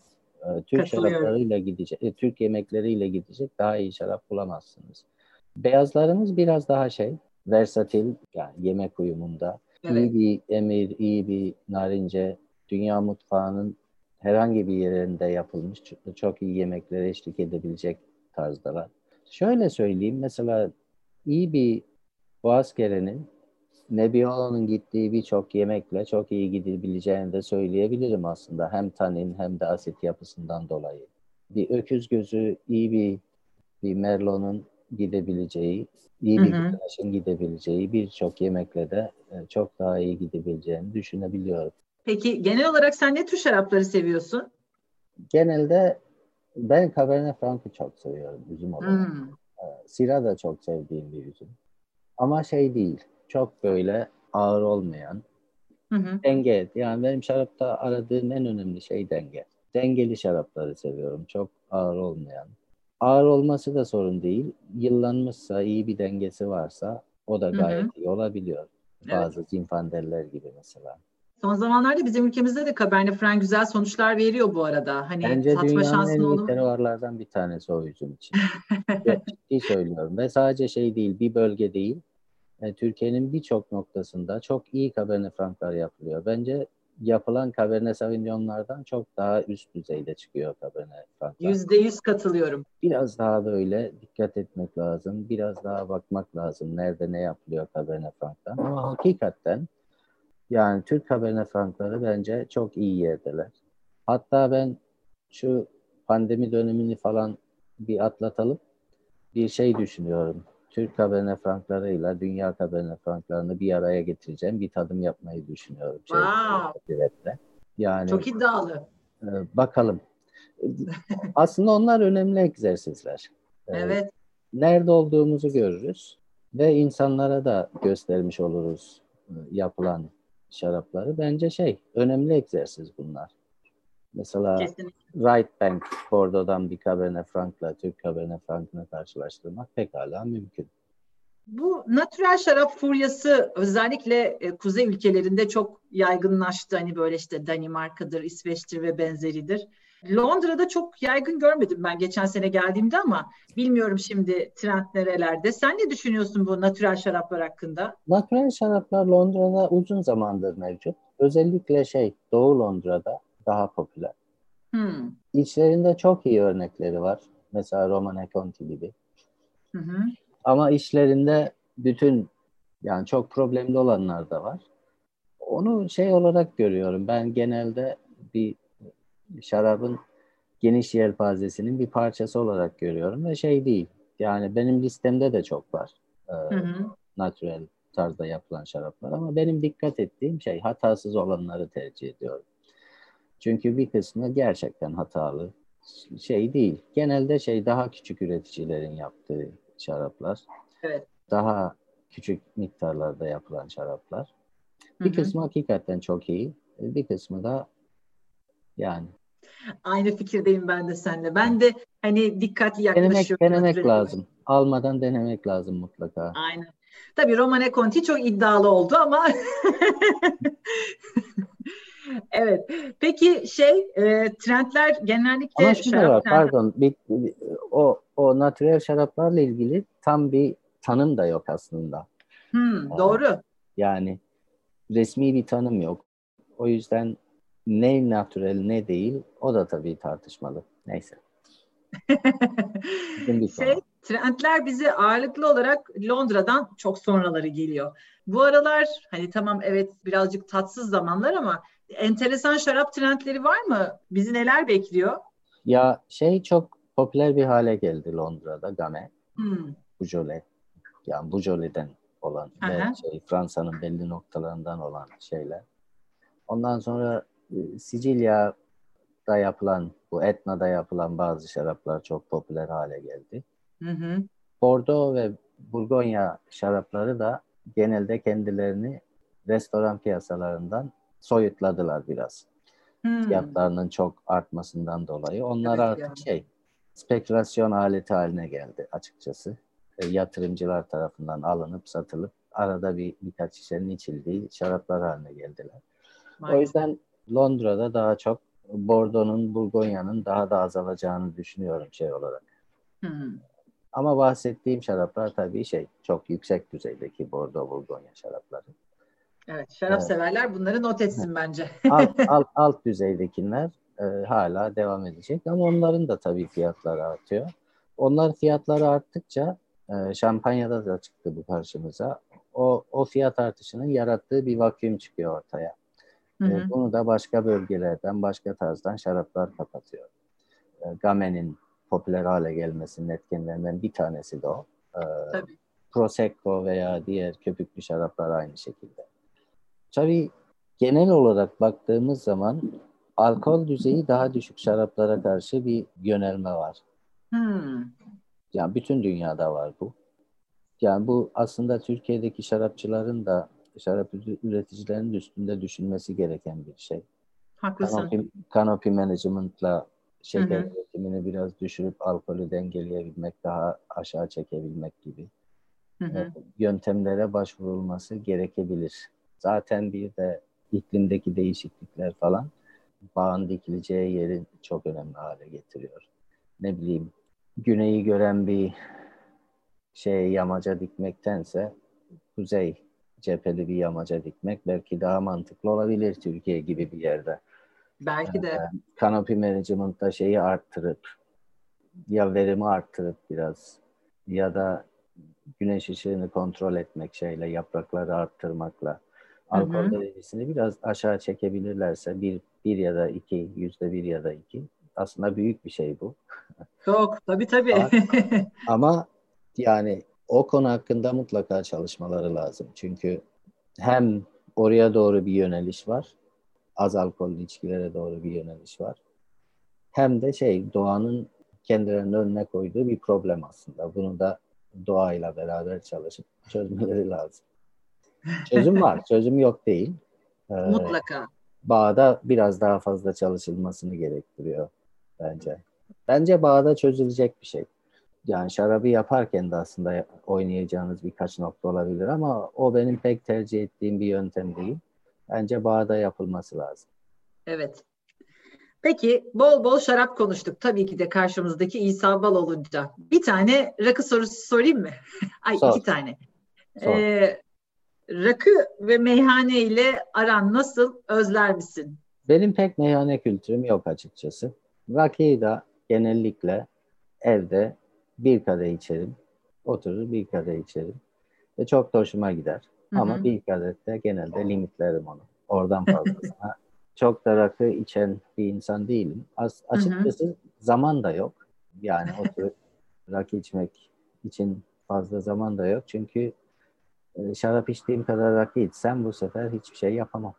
Türk Katılıyorum. şaraplarıyla gidecek, Türk yemekleriyle gidecek daha iyi şarap bulamazsınız. Beyazlarımız biraz daha versatil, yani yemek uyumunda. Evet. İyi bir emir, iyi bir narince, dünya mutfağının herhangi bir yerinde yapılmış çok iyi yemeklere eşlik edebilecek tarzdalar. Şöyle söyleyeyim, mesela iyi bir Boğazkere'nin Nebbiolo'nun gittiği birçok yemekle çok iyi gidebileceğini de söyleyebilirim aslında. Hem tanin hem de asit yapısından dolayı. Bir öküz gözü iyi bir Merlot'un gidebileceği, iyi Hı bir hı. Grenache'ın gidebileceği birçok yemekle de çok daha iyi gidebileceğini düşünebiliyorum. Peki genel olarak sen ne tür şarapları seviyorsun? Genelde ben Cabernet Franc'ı çok seviyorum üzüm olarak. Hmm. Syrah da çok sevdiğim bir üzüm. Ama değil, çok böyle ağır olmayan, Hı hı. denge. Yani benim şarapta aradığım en önemli şey denge. Dengeli şarapları seviyorum. Çok ağır olmayan. Ağır olması da sorun değil. Yıllanmışsa, iyi bir dengesi varsa o da Hı hı. gayet iyi olabiliyor. Evet. Bazı Zinfanderler gibi mesela. Son zamanlarda bizim ülkemizde de Cabernet Franc güzel sonuçlar veriyor bu arada. Hani Bence tatma dünyanın en şansın iyi olur. terroirlardan bir tanesi o üzüm için. Yok, ciddi söylüyorum. Ve sadece değil, bir bölge değil. Türkiye'nin birçok noktasında çok iyi Cabernet Franc'lar yapılıyor. Bence yapılan Cabernet Sauvignon'lardan çok daha üst düzeyde çıkıyor Cabernet Franc'lar. %100 katılıyorum. Biraz daha böyle dikkat etmek lazım. Biraz daha bakmak lazım. Nerede ne yapılıyor Cabernet Franc'tan. Ama hakikaten yani Türk Cabernet Franc'ları bence çok iyi yerdeler. Hatta ben şu pandemi dönemini falan bir atlatalım. Bir düşünüyorum. Türk Cabernet Franc'larıyla dünya Cabernet Franc'larını bir araya getireceğim. Bir tadım yapmayı düşünüyorum Wow, Pivet'le. Yani çok iddialı. bakalım. Aslında onlar önemli egzersizler. Evet, Nerede olduğumuzu görürüz ve insanlara da göstermiş oluruz yapılan şarapları. Bence önemli egzersiz bunlar. Mesela kesinlikle. Right Bank, Bordeaux'dan bir Cabernet Franc'la Türk Cabernet Franc'ını karşılaştırmak pekala mümkün. Bu natürel şarap furyası özellikle kuzey ülkelerinde çok yaygınlaştı. Hani böyle işte Danimarka'dır, İsveç'tir ve benzeridir. Londra'da çok yaygın görmedim ben geçen sene geldiğimde ama bilmiyorum şimdi trend nerelerde. Sen ne düşünüyorsun bu natürel şaraplar hakkında? Natürel şaraplar Londra'da uzun zamandır mevcut. Özellikle Doğu Londra'da daha popüler. Hmm. İçlerinde çok iyi örnekleri var. Mesela Romane Conti gibi. Hı hı. Ama içlerinde yani çok problemli olanlar da var. Onu olarak görüyorum. Ben genelde bir şarabın geniş yelpazesinin bir parçası olarak görüyorum ve değil. Yani benim listemde de çok var. Hı hı. Natürel tarzda yapılan şaraplar ama benim dikkat ettiğim hatasız olanları tercih ediyorum. Çünkü bir kısmı gerçekten hatalı. Değil. Genelde daha küçük üreticilerin yaptığı şaraplar. Evet. Daha küçük miktarlarda yapılan şaraplar. Hı Bir hı. kısmı hakikaten çok iyi. Bir kısmı da yani Aynı fikirdeyim ben de seninle. Ben de hani dikkatli yaklaşıyorum denemek natürel. lazım. Almadan denemek lazım mutlaka. Aynen. Tabii Romane Conti çok iddialı oldu ama evet. Peki trendler Ama genellikle şu da şarap var, trendi. pardon, o natürel şaraplarla ilgili tam bir tanım da yok aslında. Doğru. Yani resmi bir tanım yok. O yüzden ne natürel ne değil, o da tabii tartışmalı. Neyse, uzun bir konu. Trendler bize ağırlıklı olarak Londra'dan çok sonraları geliyor. Bu aralar hani tamam evet birazcık tatsız zamanlar ama enteresan şarap trendleri var mı? Bizi neler bekliyor? Ya çok popüler bir hale geldi Londra'da Game, Hmm. Beaujolais. Yani Beaujolai'den olan ve Aha. Fransa'nın belli noktalarından olan şeyler. Ondan sonra Sicilya'da yapılan, bu Etna'da yapılan bazı şaraplar çok popüler hale geldi. Hı hı. Bordeaux ve Burgonya şarapları da genelde kendilerini restoran piyasalarından soyutladılar biraz. Hmm. Fiyatlarının çok artmasından dolayı. Onlar Evet artık ya. spekülasyon aleti haline geldi açıkçası. Yatırımcılar tarafından alınıp satılıp arada birkaç şişenin içildiği şaraplar haline geldiler. O Maalesef. yüzden Londra'da daha çok Bordeaux'un, Bourgogna'nın daha da azalacağını düşünüyorum şey olarak. Hı. Ama bahsettiğim şaraplar tabii çok yüksek düzeydeki Bordeaux, Bourgogne şarapları. Evet, şarap Evet. severler bunları not etsin bence. Alt düzeydekiler hala devam edecek ama onların da tabii fiyatları artıyor. Onlar fiyatları arttıkça şampanyada da çıktı bu karşımıza. O fiyat artışının yarattığı bir vakyum çıkıyor ortaya. Hı hı. Bunu da başka bölgelerden, başka tarzdan şaraplar kapatıyor. Game'nin popüler hale gelmesinin etkenlerinden bir tanesi de o. E, Tabii. Prosecco veya diğer köpüklü şaraplar aynı şekilde. Tabii genel olarak baktığımız zaman alkol düzeyi daha düşük şaraplara karşı bir yönelme var. Hı. Yani bütün dünyada var bu. Yani bu aslında Türkiye'deki şarapçıların da şarap üreticilerinin de üstünde düşünmesi gereken bir şey. Haklısın. Canopy management'la Hı şeker hı. üretimini biraz düşürüp alkolü dengeleyebilmek, daha aşağı çekebilmek gibi Hı hı. yöntemlere başvurulması gerekebilir. Zaten bir de iklimdeki değişiklikler falan bağın dikileceği yeri çok önemli hale getiriyor. Ne bileyim, güneyi gören bir yamaca dikmektense kuzey cepheli bir yamaca dikmek belki daha mantıklı olabilir Türkiye gibi bir yerde. Belki de. Canopy management'ta arttırıp ya verimi arttırıp biraz ya da güneş ışığını kontrol etmek yaprakları arttırmakla Hı alkol hı. derecesini biraz aşağı çekebilirlerse bir ya da iki, %1 ya da iki, aslında büyük bir şey bu. Çok. Tabii tabii. Ama yani o konu hakkında mutlaka çalışmaları lazım. Çünkü hem oraya doğru bir yöneliş var, az alkollü içkilere doğru bir yöneliş var. Hem de doğanın kendilerinin önüne koyduğu bir problem aslında. Bunu da doğayla beraber çalışıp çözmeleri lazım. Çözüm var, çözüm yok değil. Ee, Mutlaka. Bağda biraz daha fazla çalışılmasını gerektiriyor bence. Bence bağda çözülecek bir şey. Yani şarabı yaparken de aslında oynayacağınız birkaç nokta olabilir ama o benim pek tercih ettiğim bir yöntem değil. Bence bağda yapılması lazım. Evet. Peki bol bol şarap konuştuk. Tabii ki de karşımızdaki İsa Bal olunca. Bir tane rakı sorusu sorayım mı? Ay Sor, iki tane. sor. Rakı ve meyhane ile aran nasıl? Özler misin? Benim pek meyhane kültürüm yok açıkçası. Rakıyı da genellikle evde bir kadeh içerim. Oturur bir kadeh içerim. Ve çok da hoşuma gider. Hı Ama hı. bir kadehte genelde limitlerim onu. Oradan fazlasına. Çok da rakı içen bir insan değilim. Hı hı. Açıkçası zaman da yok. Yani oturup rakı içmek için fazla zaman da yok. Çünkü şarap içtiğim kadar rakı içsem bu sefer hiçbir şey yapamam.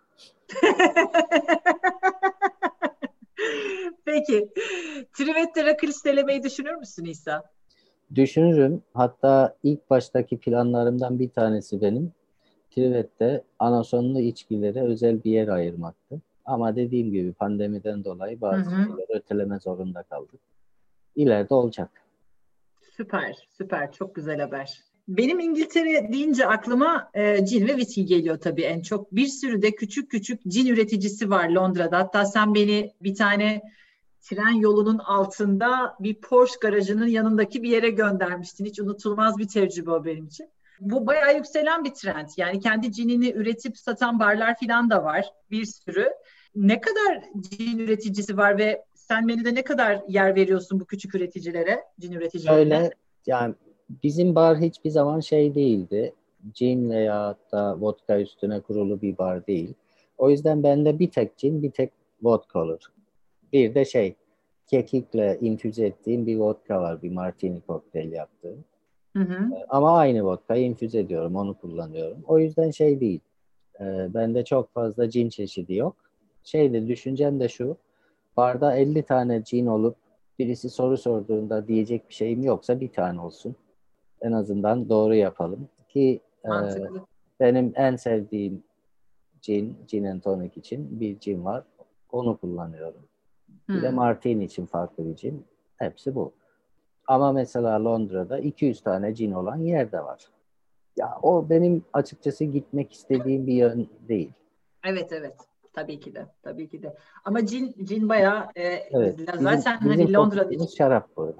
Peki. Trivette rakı listelemeyi düşünür müsün İsa? Düşünürüm. Hatta ilk baştaki planlarımdan bir tanesi benim Trivet'te anasonlu içkilere özel bir yer ayırmaktı. Ama dediğim gibi pandemiden dolayı Hı bazı hı. şeyleri öteleme zorunda kaldık. İleride olacak. Süper, süper. Çok güzel haber. Benim İngiltere deyince aklıma cin ve viski geliyor tabii en çok. Bir sürü de küçük küçük cin üreticisi var Londra'da. Hatta sen beni bir tane tren yolunun altında bir Porsche garajının yanındaki bir yere göndermiştin. Hiç unutulmaz bir tecrübe o benim için. Bu bayağı yükselen bir trend. Yani kendi cinini üretip satan barlar falan da var bir sürü. Ne kadar cin üreticisi var ve sen menüde ne kadar yer veriyorsun bu küçük üreticilere, cin üreticilerine? Öyle yani bizim bar hiçbir zaman değildi. Gin veya da vodka üstüne kurulu bir bar değil. O yüzden bende bir tek gin, bir tek vodka olur. Bir de kekikle infüze ettiğim bir vodka var. Bir martini kokteyl yaptığım. Hı hı. Ama aynı vodkayı infüze ediyorum, onu kullanıyorum. O yüzden değil. Bende çok fazla cin çeşidi yok. Düşüncem de şu. Barda 50 tane cin olup birisi soru sorduğunda diyecek bir şeyim yoksa bir tane olsun. En azından doğru yapalım. Ki Mantıklı. benim en sevdiğim gin and tonic için bir cin var. Onu kullanıyorum. Bir de Hı. martini için farklı bir cin. Hepsi bu. Ama mesela Londra'da 200 tane cin olan yer de var. Ya o benim açıkçası gitmek istediğim bir yön değil. Evet, evet. Tabii ki de, tabii ki de. Ama cin bayağı Evet. zaten Bizim hani Londra'da fokusumuz şarap bu arada.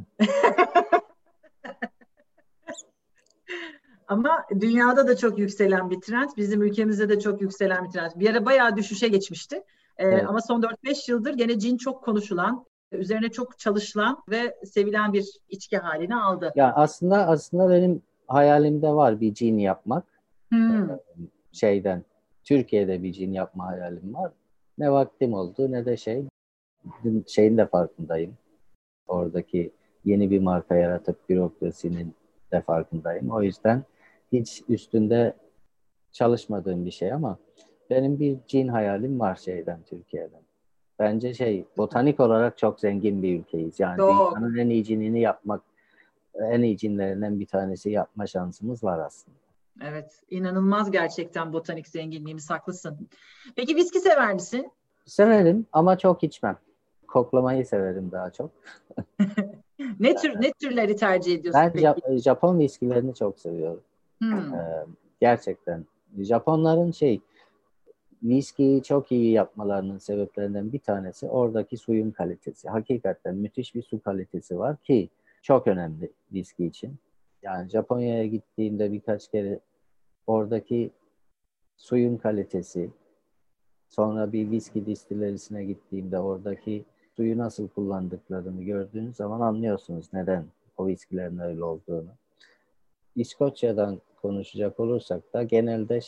ama dünyada da çok yükselen bir trend, bizim ülkemizde de çok yükselen bir trend. Bir ara bayağı düşüşe geçmişti. Evet. Ama son 4-5 yıldır gene cin çok konuşulan, üzerine çok çalışılan ve sevilen bir içki haline aldı. Ya aslında benim hayalimde var bir cin yapmak. Hmm. Şeyden Türkiye'de bir cin yapma hayalim var. Ne vaktim oldu ne de şeyin de farkındayım. Oradaki yeni bir marka yaratıp bürokrasinin de farkındayım. O yüzden hiç üstünde çalışmadığım bir şey ama benim bir cin hayalim var Türkiye'den. Bence botanik olarak çok zengin bir ülkeyiz. Yani Çok. dünyanın en iyi cinini yapmak, en iyi cinlerinden bir tanesi yapma şansımız var aslında. Evet, inanılmaz gerçekten botanik zenginliğimiz, haklısın. Peki viski sever misin? Severim ama çok içmem. Koklamayı severim daha çok. Ne türleri tercih ediyorsun Ben peki? Japon viskilerini çok seviyorum. Ee, Hmm. Gerçekten. Japonların viskiyi çok iyi yapmalarının sebeplerinden bir tanesi oradaki suyun kalitesi. Hakikaten müthiş bir su kalitesi var ki çok önemli viski için. Yani Japonya'ya gittiğimde birkaç kere oradaki suyun kalitesi, sonra bir viski distillerisine gittiğimde oradaki suyu nasıl kullandıklarını gördüğünüz zaman anlıyorsunuz neden o viskilerin öyle olduğunu. İskoçya'dan konuşacak olursak da genelde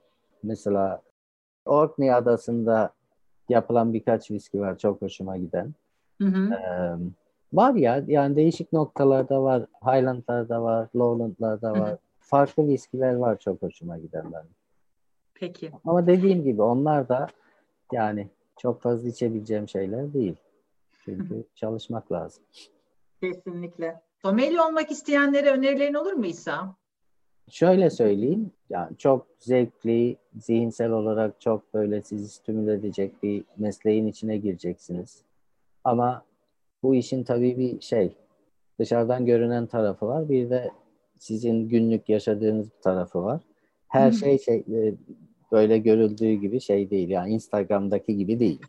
mesela Orkney Adası'nda yapılan birkaç viski var çok hoşuma giden. Hı hı. Ee, Var ya yani değişik noktalarda var. Highland'larda var, Lowland'larda Hı var. hı. Farklı viskiler var çok hoşuma giden benim. Peki. Ama dediğim gibi onlar da yani çok fazla içebileceğim şeyler değil. Çünkü çalışmak lazım. Kesinlikle. Sommelier olmak isteyenlere önerilerin olur mu İsa? Şöyle söyleyeyim, yani çok zevkli, zihinsel olarak çok böyle sizi stimüle edecek bir mesleğin içine gireceksiniz. Ama bu işin tabii bir dışarıdan görünen tarafı var. Bir de sizin günlük yaşadığınız bir tarafı var. Her böyle görüldüğü gibi değil. Yani Instagram'daki gibi değil.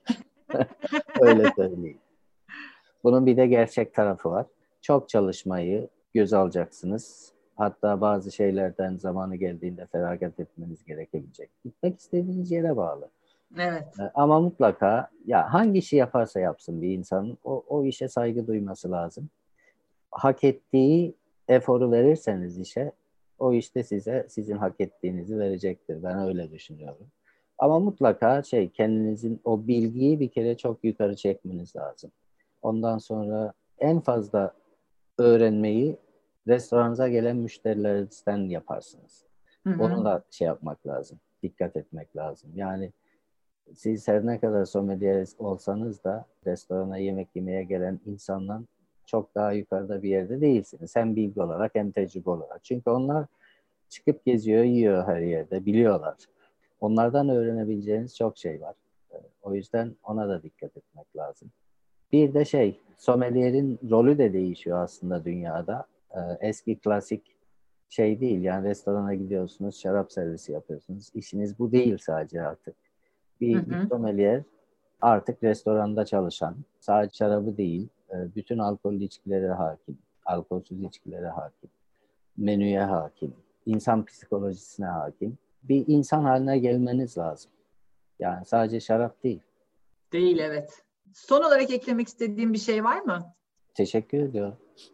Öyle söyleyeyim. Bunun bir de gerçek tarafı var. Çok çalışmayı göz alacaksınız. Hatta bazı şeylerden zamanı geldiğinde feragat etmeniz gerekebilecek. Gitmek istediğiniz yere bağlı. Evet. Ama mutlaka ya hangi işi yaparsa yapsın bir insanın o işe saygı duyması lazım. Hak ettiği eforu verirseniz işe o işte size sizin hak ettiğinizi verecektir. Ben öyle düşünüyorum. Ama mutlaka kendinizin o bilgiyi bir kere çok yukarı çekmeniz lazım. Ondan sonra en fazla öğrenmeyi restoranınıza gelen müşterilerinizden yaparsınız. Hı hı. Onu da yapmak lazım. Dikkat etmek lazım. Yani siz her ne kadar sommelier olsanız da restorana yemek yemeye gelen insandan çok daha yukarıda bir yerde değilsiniz. Hem bilgi olarak hem tecrübe olarak. Çünkü onlar çıkıp geziyor, yiyor her yerde, biliyorlar. Onlardan öğrenebileceğiniz çok şey var. O yüzden ona da dikkat etmek lazım. Bir de sommelier'in rolü de değişiyor aslında dünyada. Eski klasik değil yani restorana gidiyorsunuz, şarap servisi yapıyorsunuz. İşiniz bu değil sadece artık. Hı Bir hı. sommelier artık restoranda çalışan, sadece şarabı değil, bütün alkollü içkilere hakim, alkolsüz içkilere hakim, menüye hakim, insan psikolojisine hakim. Bir insan haline gelmeniz lazım. Yani sadece şarap değil. Değil, evet. Son olarak eklemek istediğim bir şey var mı? Teşekkür ediyorum.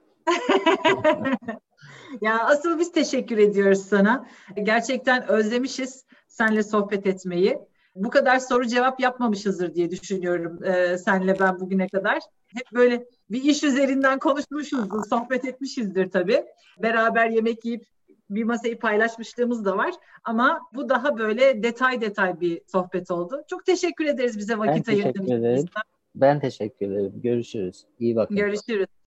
Ya asıl biz teşekkür ediyoruz sana. Gerçekten özlemişiz seninle sohbet etmeyi. Bu kadar soru cevap yapmamışızdır diye düşünüyorum senle ben bugüne kadar. Hep böyle bir iş üzerinden konuşmuşuzdur, sohbet etmişizdir tabii. Beraber yemek yiyip bir masayı paylaşmışlığımız da var. Ama bu daha böyle detay detay bir sohbet oldu. Çok teşekkür ederiz bize Ben vakit ayırdığın teşekkür için ederim. İhsan. Ben teşekkür ederim. Görüşürüz. İyi bakın. Görüşürüz.